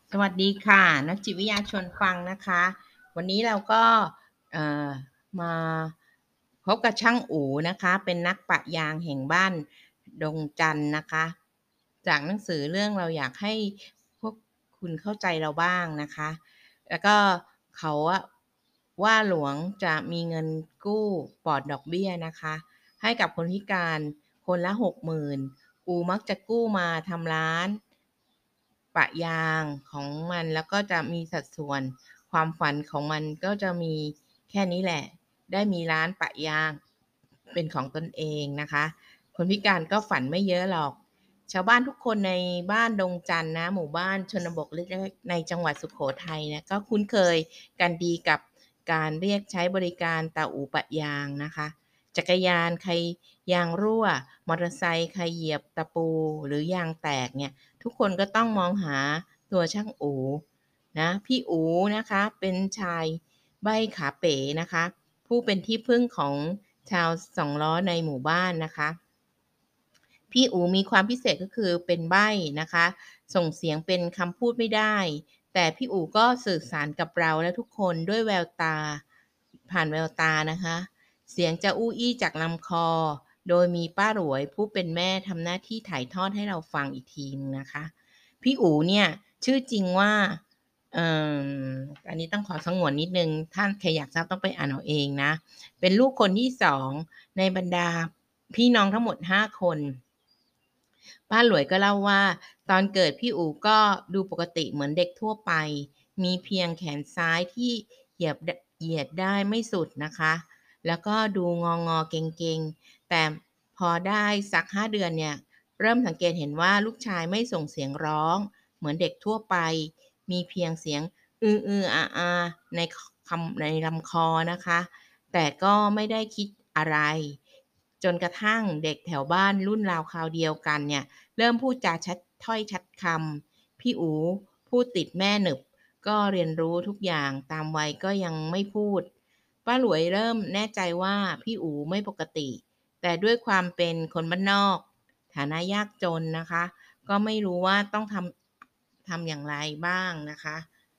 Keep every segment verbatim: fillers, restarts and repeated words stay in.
สวัสดีค่ะนักจิตวิทยาชวนฟังนะคะวันนี้เราก็เอ่อมาพบกับช่างอู๋นะคะเป็นนักปะยางแห่งบ้านดงจันทน์นะคะจากหนังสือเรื่องเราอยากให้พวกคุณเข้าใจเราบ้างนะคะแล้วก็เขาอะว่าหลวงจะมีเงินกู้ปลอดดอกเบี้ยนะคะให้กับคนพิการคนละหกหมื่นอูมักจะกู้มาทำร้านปะยางของมันแล้วก็จะมีสัดส่วนความฝันของมันก็จะมีแค่นี้แหละได้มีร้านปะยางเป็นของตนเองนะคะคนพิการก็ฝันไม่เยอะหรอกชาวบ้านทุกคนในบ้านดงจันทน์นะหมู่บ้านชนบทเล็กๆในจังหวัดสุโขทัยเนี่ยก็คุ้นเคยกันดีกับการเรียกใช้บริการตาอู่ปะยางนะคะจักรยานใครยางรั่วมอเตอร์ไซค์ใครเหยียบตะปูหรือยางแตกเนี่ย ทุกคนก็ต้องมองหาตัวช่างอูนะพี่อูนะคะเป็นชายใบ้ขาเป๋นะคะผู้เป็นที่พึ่งของชาวสองล้อในหมู่บ้านนะคะพี่อูมีความพิเศษก็คือเป็นใบ้นะคะส่งเสียงเป็นคำพูดไม่ได้แต่พี่อูก็สื่อสารกับเราและทุกคนด้วยแววตาผ่านแววตานะคะเสียงจะอู้อี้จากลำคอโดยมีป้าหลวยผู้เป็นแม่ทำหน้าที่ถ่ายทอดให้เราฟังอีกทีนึงนะคะพี่อูเนี่ยชื่อจริงว่าเอ่ออันนี้ต้องขอสงวนนิดนึงท่านใครอยากทราบต้องไปอ่านเอาเองนะเป็นลูกคนที่สองในบรรดาพี่น้องทั้งหมดห้าคนป้าหลวยก็เล่าว่าตอนเกิดพี่อูก็ดูปกติเหมือนเด็กทั่วไปมีเพียงแขนซ้ายที่เหยียบเหยียดได้ไม่สุดนะคะแล้วก็ดูงองอเกงๆแต่พอได้สักห้าเดือนเนี่ยเริ่มสังเกตเห็นว่าลูกชายไม่ส่งเสียงร้องเหมือนเด็กทั่วไปมีเพียงเสียงอืออืออาอาในคำในลำคอนะคะแต่ก็ไม่ได้คิดอะไรจนกระทั่งเด็กแถวบ้านรุ่นราวคราวเดียวกันเนี่ยเริ่มพูดจาชัดถ้อยชัดคำพี่อูพูดติดแม่หนึบก็เรียนรู้ทุกอย่างตามวัยก็ยังไม่พูดป้าหลวยเริ่มแน่ใจว่าพี่อูไม่ปกติแต่ด้วยความเป็นคนบ้านนอกฐานะยากจนนะคะก็ไม่รู้ว่าต้องทำทำอย่างไรบ้างนะคะ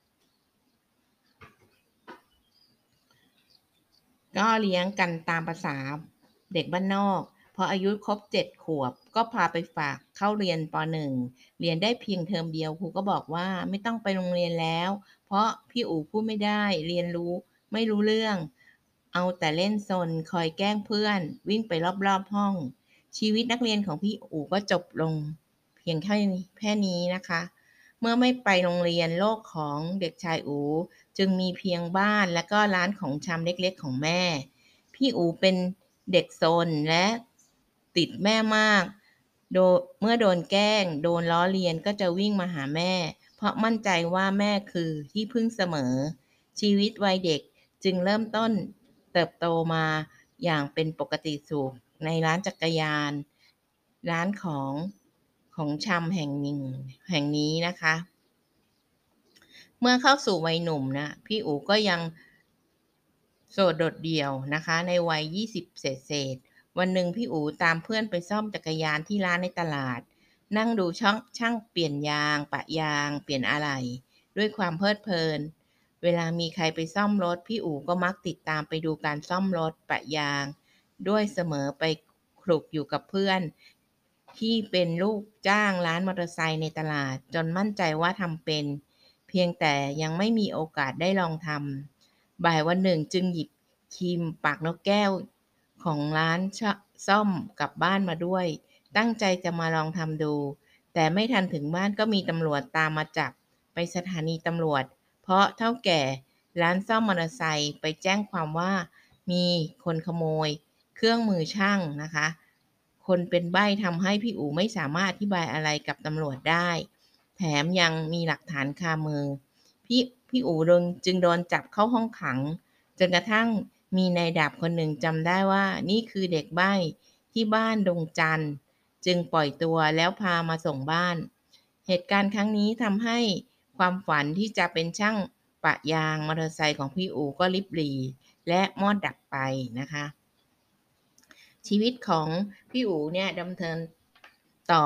ก็เลี้ยงกันตามประสาเด็กบ้านนอกพออายุครบเจ็ดขวบก็พาไปฝากเข้าเรียนปหนึ่งเรียนได้เพียงเทอมเดียวครูก็บอกว่าไม่ต้องไปโรงเรียนแล้วเพราะพี่อู๋พูดไม่ได้เรียนรู้ไม่รู้เรื่องเอาแต่เล่นซนคอยแกล้งเพื่อนวิ่งไปรอบๆห้องชีวิตนักเรียนของพี่อู๋ก็จบลงเพียงแค่นี้แค่นี้นะคะ เมื่อไม่ไปโรงเรียนโลกของเด็กชายอูจึงมีเพียงบ้านและก็ร้านของชำเล็กๆของแม่พี่อูเป็นเด็กซนและติดแม่มากโดเมื่อโดนแกล้งโดนล้อเลียนก็จะวิ่งมาหาแม่เพราะมั่นใจว่าแม่คือที่พึ่งเสมอชีวิตวัยเด็กจึงเริ่มต้นเติบโตมาอย่างเป็นปกติสุขในร้านจักรยานร้านของของชำแห่งหนึ่งแห่งนี้นะคะ เมื่อเข้าสู่วัยหนุ่มนะพี่อู๋ก็ยังโสดโดดเดี่ยวนะคะในวัยยี่สิบเศษๆวันหนึ่งพี่อู๋ตามเพื่อนไปซ่อมจักรยานที่ร้านในตลาดนั่งดูช่องช่างเปลี่ยนยางปะยางเปลี่ยนอะไหล่ด้วยความเพลิดเพลินเวลามีใครไปซ่อมรถพี่อู๋ก็มักติดตามไปดูการซ่อมรถปะยางด้วยเสมอไปคลุกอยู่กับเพื่อนที่เป็นลูกจ้างร้านมอเตอร์ไซค์ในตลาดจนมั่นใจว่าทำเป็น เพียงแต่ยังไม่มีโอกาสได้ลองทำบ่ายวันหนึ่งจึงหยิบครีมปากนกแก้วของร้านชซ่อมกลับบ้านมาด้วยตั้งใจจะมาลองทำดูแต่ไม่ทันถึงบ้านก็มีตำรวจตามมาจับไปสถานีตำรวจเพราะเท่าแก่ร้านซ่อมมอเตอร์ไซค์ไปแจ้งความว่ามีคนขโมยเครื่องมือช่างนะคะคนเป็นใบ้ทำให้พี่อู๋ไม่สามารถอธิบายอะไรกับตำรวจได้ แถมยังมีหลักฐานคามือพี่พี่อู๋โดนจึงโดนจับเข้าห้องขังจนกระทั่งมีนายดาบคนหนึ่งจำได้ว่านี่คือเด็กใบ้ที่บ้านดงจันทน์จึงปล่อยตัวแล้วพามาส่งบ้านเหตุการณ์ครั้งนี้ทำให้ความฝันที่จะเป็นช่างปะยางมอเตอร์ไซค์ของพี่อู๋ก็ลิบหลี่และมอดดับไปนะคะชีวิตของพี่อู๋เนี่ยดำเนินต่อ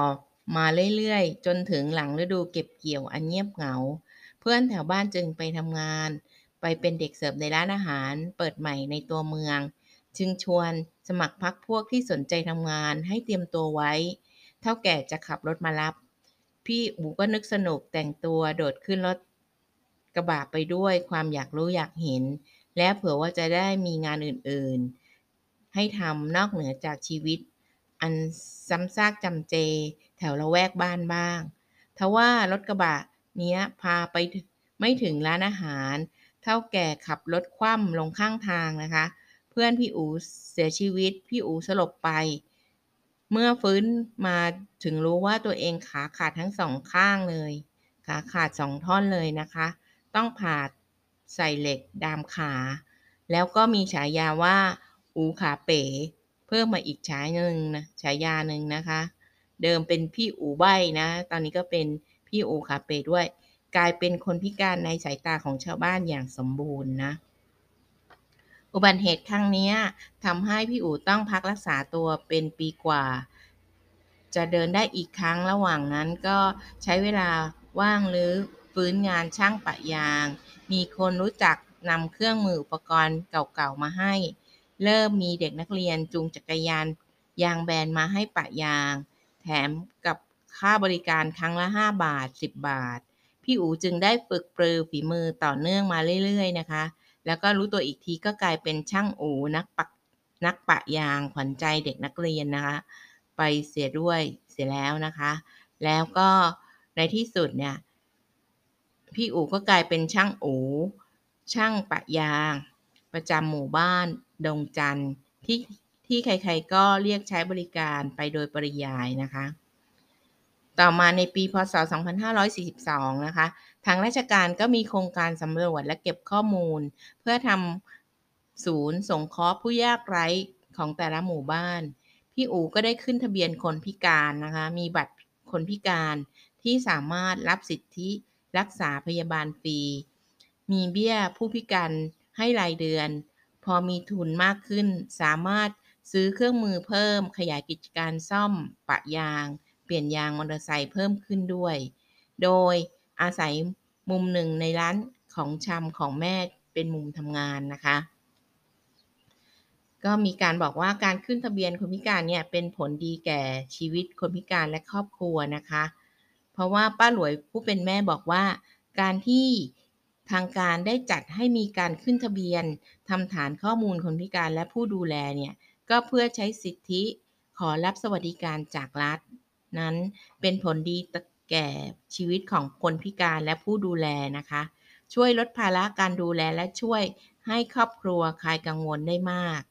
มาเรื่อยๆจนถึงหลังฤดูเก็บเกี่ยวอันเงียบเหงาเพื่อนแถวบ้านจึงไปทำงานไปเป็นเด็กเสิร์ฟในร้านอาหารเปิดใหม่ในตัวเมืองจึงชวนสมัครพรรคพวกที่สนใจทำงานให้เตรียมตัวไว้เท่าแก่จะขับรถมารับพี่อู๋ก็นึกสนุกแต่งตัวโดดขึ้นรถกระบะไปด้วยความอยากรู้อยากเห็นและเผื่อว่าจะได้มีงานอื่นๆให้ทำนอกเหนือจากชีวิตอันซ้ำซากจำเจแถวละแวกบ้านบ้างทว่ารถกระบะเนี้ยพาไปไม่ถึงร้านอาหารเท่าแก่ขับรถคว่ำลงข้างทางนะคะเพื่อนพี่อู๋เสียชีวิตพี่อู๋สลบไปเมื่อฟื้นมาถึงรู้ว่าตัวเองขาขาดทั้งสองข้างเลยขาขาดสองท่อนเลยนะคะต้องผ่าใส่เหล็กดามขาแล้วก็มีฉายาว่าอู๋ขาเป๋เพิ่มมาอีกฉายหนึ่งนะฉายาหนึ่งนะคะเดิมเป็นพี่อู๋ใบ้นะตอนนี้ก็เป็นพี่อู๋ขาเป๋ด้วยกลายเป็นคนพิการในสายตาของชาวบ้านอย่างสมบูรณ์นะ อุบัติเหตุครั้งนี้ทำให้พี่อู๋ต้องพักรักษาตัวเป็นปีกว่าจะเดินได้อีกครั้งระหว่างนั้นก็ใช้เวลาว่างหรือฟื้นงานช่างปะยางมีคนรู้จักนำเครื่องมืออุปกรณ์เก่าๆมาให้เริ่มมีเด็กนักเรียนจูงจักรยานยางแบนมาให้ปะยางแถมกับค่าบริการครั้งละห้าบาทสิบบาทพี่อู๋จึงได้ฝึกปรือฝีมือต่อเนื่องมาเรื่อยๆนะคะ แล้วก็รู้ตัวอีกทีก็กลายเป็นช่างอู่นักปักนักปะยางขวัญใจเด็กนักเรียนนะคะไปเสียด้วยเสียแล้วนะคะแล้วก็ในที่สุดเนี่ยพี่อู๋ก็กลายเป็นช่างอู่ช่างปะยางประจำหมู่บ้านดงจันทร์ที่ที่ใครๆก็เรียกใช้บริการไปโดยปริยายนะคะ ต่อมาในปีพศสองพันห้าร้อยสี่สิบสองนะคะทางราชการก็มีโครงการสำรวจและเก็บข้อมูลเพื่อทำศูนย์สงเคราะห์ผู้ยากไร้ของแต่ละหมู่บ้านพี่อู๋ก็ได้ขึ้นทะเบียนคนพิการนะคะมีบัตรคนพิการที่สามารถรับสิทธิรักษาพยาบาลฟรีมีเบี้ยผู้พิการให้รายเดือนพอมีทุนมากขึ้นสามารถซื้อเครื่องมือเพิ่มขยายกิจการซ่อมปะยาง เปลี่ยนยางมอเตอร์ไซค์เพิ่มขึ้นด้วย โดยอาศัยมุมหนึ่งในร้านของชำของแม่เป็นมุมทำงานนะคะ ก็มีการบอกว่าการขึ้นทะเบียนคนพิการเนี่ยเป็นผลดีแก่ชีวิตคนพิการและครอบครัวนะคะ เพราะว่าป้าหลวยผู้เป็นแม่บอกว่าการที่ทางการได้จัดให้มีการขึ้นทะเบียนทำฐานข้อมูลคนพิการและผู้ดูแลเนี่ยก็เพื่อใช้สิทธิขอรับสวัสดิการจากรัฐนั้นเป็นผลดีแก่ชีวิตของคนพิการและผู้ดูแลนะคะช่วยลดภาระการดูแลและช่วยให้ครอบครัวคลายกังวลได้มาก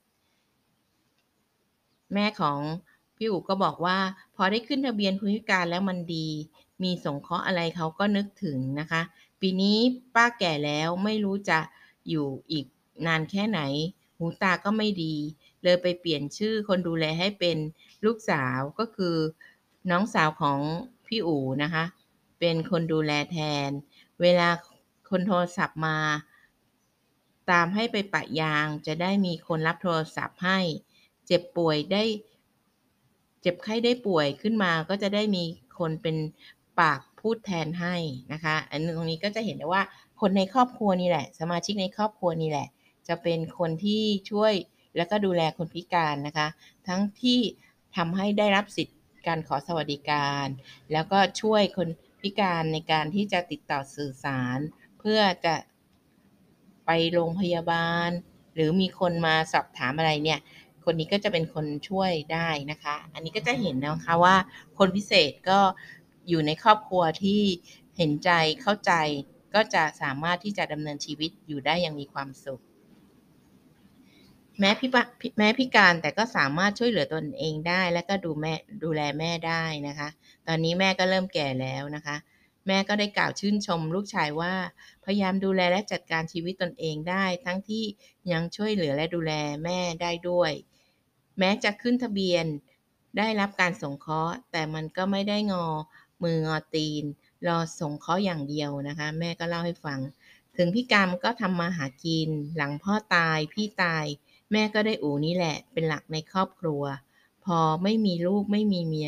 แม่ของพี่อู๋ก็บอกว่าพอได้ขึ้นทะเบียนคนพิการแล้วมันดี มีสงเคราะห์อะไรเขาก็นึกถึงนะคะ ปีนี้ป้าแก่แล้วไม่รู้จะอยู่อีกนานแค่ไหน หูตาก็ไม่ดี เลยไปเปลี่ยนชื่อคนดูแลให้เป็นลูกสาวก็คือน้องสาวของพี่อู๋นะคะ เป็นคนดูแลแทน เวลาคนโทรศัพท์มาตามให้ไปปะยางจะได้มีคนรับโทรศัพท์ให้ เจ็บป่วยได้เจ็บไข้ได้ป่วยขึ้นมาก็จะได้มีคนเป็นปากพูดแทนให้นะคะอันตรงนี้ก็จะเห็นได้ว่าคนในครอบครัวนี่แหละสมาชิกในครอบครัวนี่แหละจะเป็นคนที่ช่วยแล้วก็ดูแลคนพิการนะคะทั้งที่ทำให้ได้รับสิทธิ์การขอสวัสดิการแล้วก็ช่วยคนพิการในการที่จะติดต่อสื่อสารเพื่อจะไปโรงพยาบาลหรือมีคนมาสอบถามอะไรเนี่ย คนนี้ก็จะเป็นคนช่วยได้นะคะ อันนี้ก็จะเห็นนะคะว่าคนพิเศษก็อยู่ในครอบครัวที่เห็นใจเข้าใจก็จะสามารถที่จะดำเนินชีวิตอยู่ได้อย่างมีความสุข แม้พิบะแม้พิการแต่ก็สามารถช่วยเหลือตนเองได้และก็ดูแม่ดูแลแม่ได้นะคะ ตอนนี้แม่ก็เริ่มแก่แล้วนะคะ แม่ก็ได้กล่าวชื่นชมลูกชายว่าพยายามดูแลและจัดการชีวิตตนเองได้ทั้งที่ยังช่วยเหลือและดูแลแม่ได้ด้วย แม้จะขึ้นทะเบียนได้รับการสงเคราะห์แต่มันก็ไม่ได้งอมืองอตีนรอสงเคราะห์อย่างเดียวนะคะแม่ก็เล่าให้ฟังถึงพิการก็ทำมาหากินหลังพ่อตายพี่ตาย แม่ก็ได้อู่นี่แหละเป็นหลักในครอบครัวพอไม่มีลูกไม่มีเมีย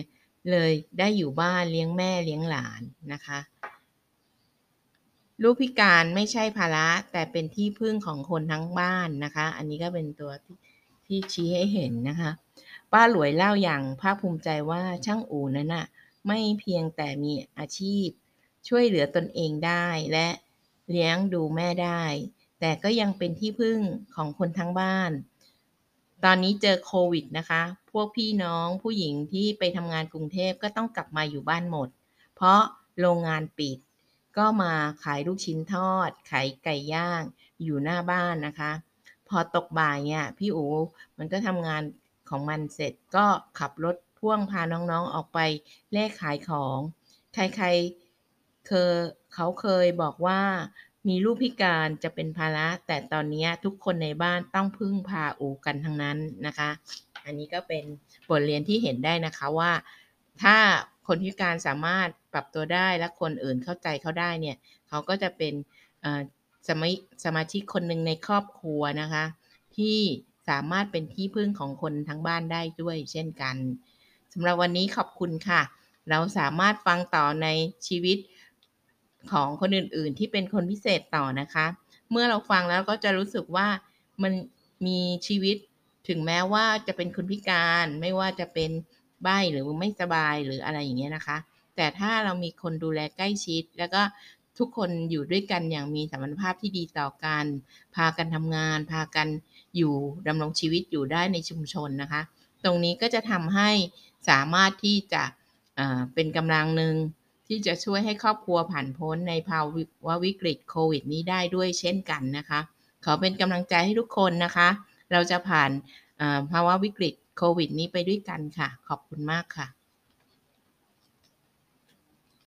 เลยได้อยู่บ้านเลี้ยงแม่เลี้ยงหลานนะคะ ลูกพิการไม่ใช่ภาระแต่เป็นที่พึ่งของคนทั้งบ้านนะคะ อันนี้ก็เป็นตัวที่ที่ชี้ให้เห็นนะคะ ป้าหลวยเล่าอย่างภาคภูมิใจว่าช่างอู่นั้นน่ะไม่เพียงแต่มีอาชีพช่วยเหลือตนเองได้และเลี้ยงดูแม่ได้ แต่ก็ยังเป็นที่พึ่งของคนทั้งบ้าน ตอนนี้เจอโควิดนะคะ พวกพี่น้องผู้หญิงที่ไปทำงานกรุงเทพก็ต้องกลับมาอยู่บ้านหมด เพราะโรงงานปิด ก็มาขายลูกชิ้นทอด ขายไก่ย่างอยู่หน้าบ้านนะคะ พอตกบ่ายเนี่ยพี่อู๋มันก็ทำงานของมันเสร็จก็ขับรถพ่วงพาน้องๆออกไปเลขขายของ ใครๆเคยเขาเคยบอกว่ามีลูกพิการจะเป็นภาระ แต่ตอนนี้ทุกคนในบ้านต้องพึ่งพาอู๋กันทั้งนั้นนะคะ อันนี้ก็เป็นบทเรียนที่เห็นได้นะคะว่าถ้าคนพิการสามารถปรับตัวได้และคนอื่นเข้าใจเขาได้เนี่ยเขาก็จะเป็นสมาสมาชิกคนหนึ่งในครอบครัวนะคะที่สามารถเป็นที่พึ่งของคนทั้งบ้านได้ด้วยเช่นกันสำหรับวันนี้ขอบคุณค่ะเราสามารถฟังต่อในชีวิตของคนอื่นๆที่เป็นคนพิเศษต่อนะคะเมื่อเราฟังแล้วก็จะรู้สึกว่ามันมีชีวิตถึงแม้ว่าจะเป็นคนพิการไม่ว่าจะเป็นใบ้หรือไม่สบายหรืออะไรอย่างเงี้ยนะคะแต่ถ้าเรามีคนดูแลใกล้ชิดแล้วก็ทุกคนอยู่ด้วยกันอย่างมีสัมพันธภาพที่ดีต่อกันพากันทำงานพากันอยู่ดำรงชีวิตอยู่ได้ในชุมชนนะคะตรงนี้ก็จะทำให้สามารถที่จะเป็นกำลังหนึ่งที่จะช่วยให้ครอบครัวผ่านพ้นในภาวะวิกฤตโควิดนี้ได้ด้วยเช่นกันนะคะขอเป็นกำลังใจให้ทุกคนนะคะเราจะผ่านภาวะวิกฤตโควิดนี้ไปด้วยกันค่ะขอบคุณมากค่ะ